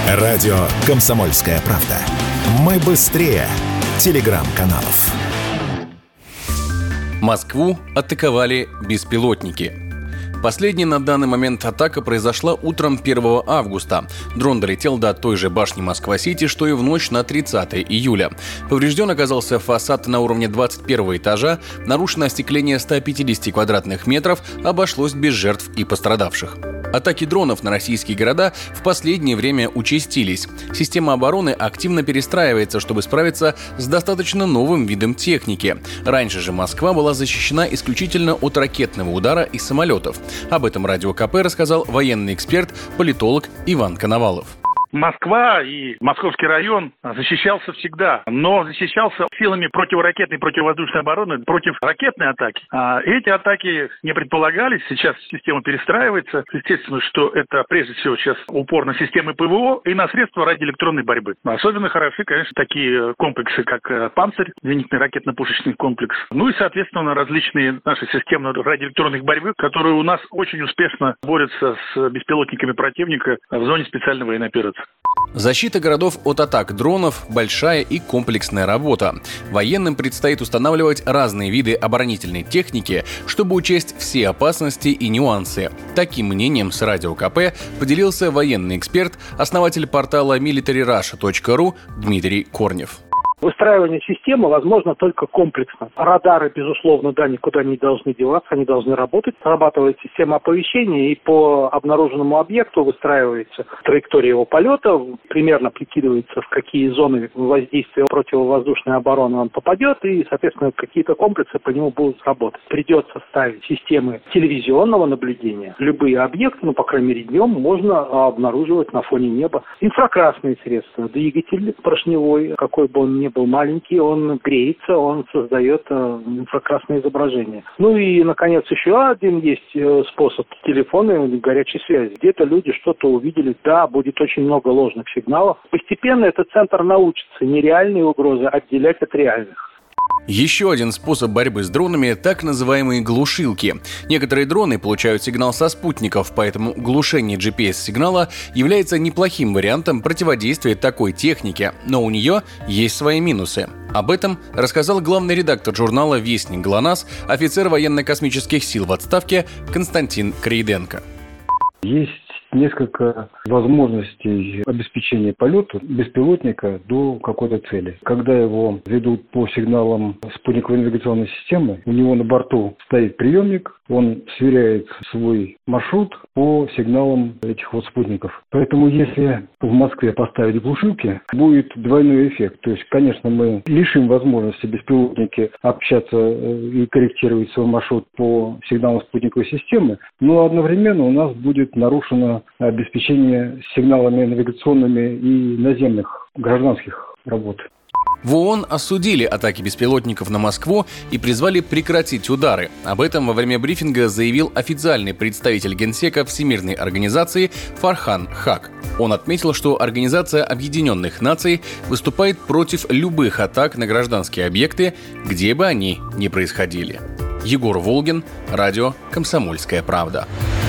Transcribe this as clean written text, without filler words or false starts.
Радио «Комсомольская правда». Мы быстрее телеграм-каналов. Москву атаковали беспилотники. Последняя на данный момент атака произошла утром 1 августа. Дрон долетел до той же башни Москва-Сити, что и в ночь на 30 июля. Поврежден оказался фасад на уровне 21 этажа, нарушено остекление 150 квадратных метров, обошлось без жертв и пострадавших. Атаки дронов на российские города в последнее время участились. Система обороны активно перестраивается, чтобы справиться с достаточно новым видом техники. Раньше же Москва была защищена исключительно от ракетного удара из самолетов. Об этом Радио КП рассказал военный эксперт, политолог Иван Коновалов. Москва и Московский район защищался всегда, но защищался силами противоракетной и противовоздушной обороны против ракетной атаки. А эти атаки не предполагались, сейчас система перестраивается. Естественно, что это прежде всего сейчас упор на системы ПВО и на средства радиоэлектронной борьбы. Особенно хороши, конечно, такие комплексы, как «Панцирь», зенитный ракетно-пушечный комплекс. Ну и, соответственно, различные наши системы радиоэлектронной борьбы, которые у нас очень успешно борются с беспилотниками противника в зоне специальной военной операции. Защита городов от атак дронов – большая и комплексная работа. Военным предстоит устанавливать разные виды оборонительной техники, чтобы учесть все опасности и нюансы. Таким мнением с Радио КП поделился военный эксперт, основатель портала militaryrussia.ru Дмитрий Корнев. Выстраивание системы возможно только комплексно. Радары, безусловно, никуда не должны деваться, они должны работать. Срабатывает система оповещения, и по обнаруженному объекту выстраивается траектория его полета, примерно прикидывается, в какие зоны воздействия противовоздушной обороны он попадет, и, соответственно, какие-то комплексы по нему будут работать. Придется ставить системы телевизионного наблюдения. Любые объекты, по крайней мере, днем можно обнаруживать на фоне неба. Инфракрасные средства, двигатель поршневой, какой бы он ни был маленький, он греется, он создает инфракрасное изображение. Ну и, наконец, еще один есть способ – телефоны горячей связи. Где-то люди что-то увидели, будет очень много ложных сигналов. Постепенно этот центр научится нереальные угрозы отделять от реальных. Еще один способ борьбы с дронами – так называемые глушилки. Некоторые дроны получают сигнал со спутников, поэтому глушение GPS-сигнала является неплохим вариантом противодействия такой технике, но у нее есть свои минусы. Об этом рассказал главный редактор журнала «Вестник ГЛОНАСС», офицер военно-космических сил в отставке Константин Крейденко. Есть несколько возможностей обеспечения полета беспилотника до какой-то цели. Когда его ведут по сигналам спутниковой навигационной системы, у него на борту стоит приемник, он сверяет свой маршрут по сигналам этих спутников. Поэтому если в Москве поставить глушилки, будет двойной эффект. То есть, конечно, мы лишим возможности беспилотники общаться и корректировать свой маршрут по сигналам спутниковой системы, но одновременно у нас будет нарушено обеспечение сигналами навигационными и наземных гражданских работ. В ООН осудили атаки беспилотников на Москву и призвали прекратить удары. Об этом во время брифинга заявил официальный представитель Генсека Всемирной организации Фархан Хак. Он отметил, что Организация Объединенных Наций выступает против любых атак на гражданские объекты, где бы они ни происходили. Егор Волгин, радио «Комсомольская правда».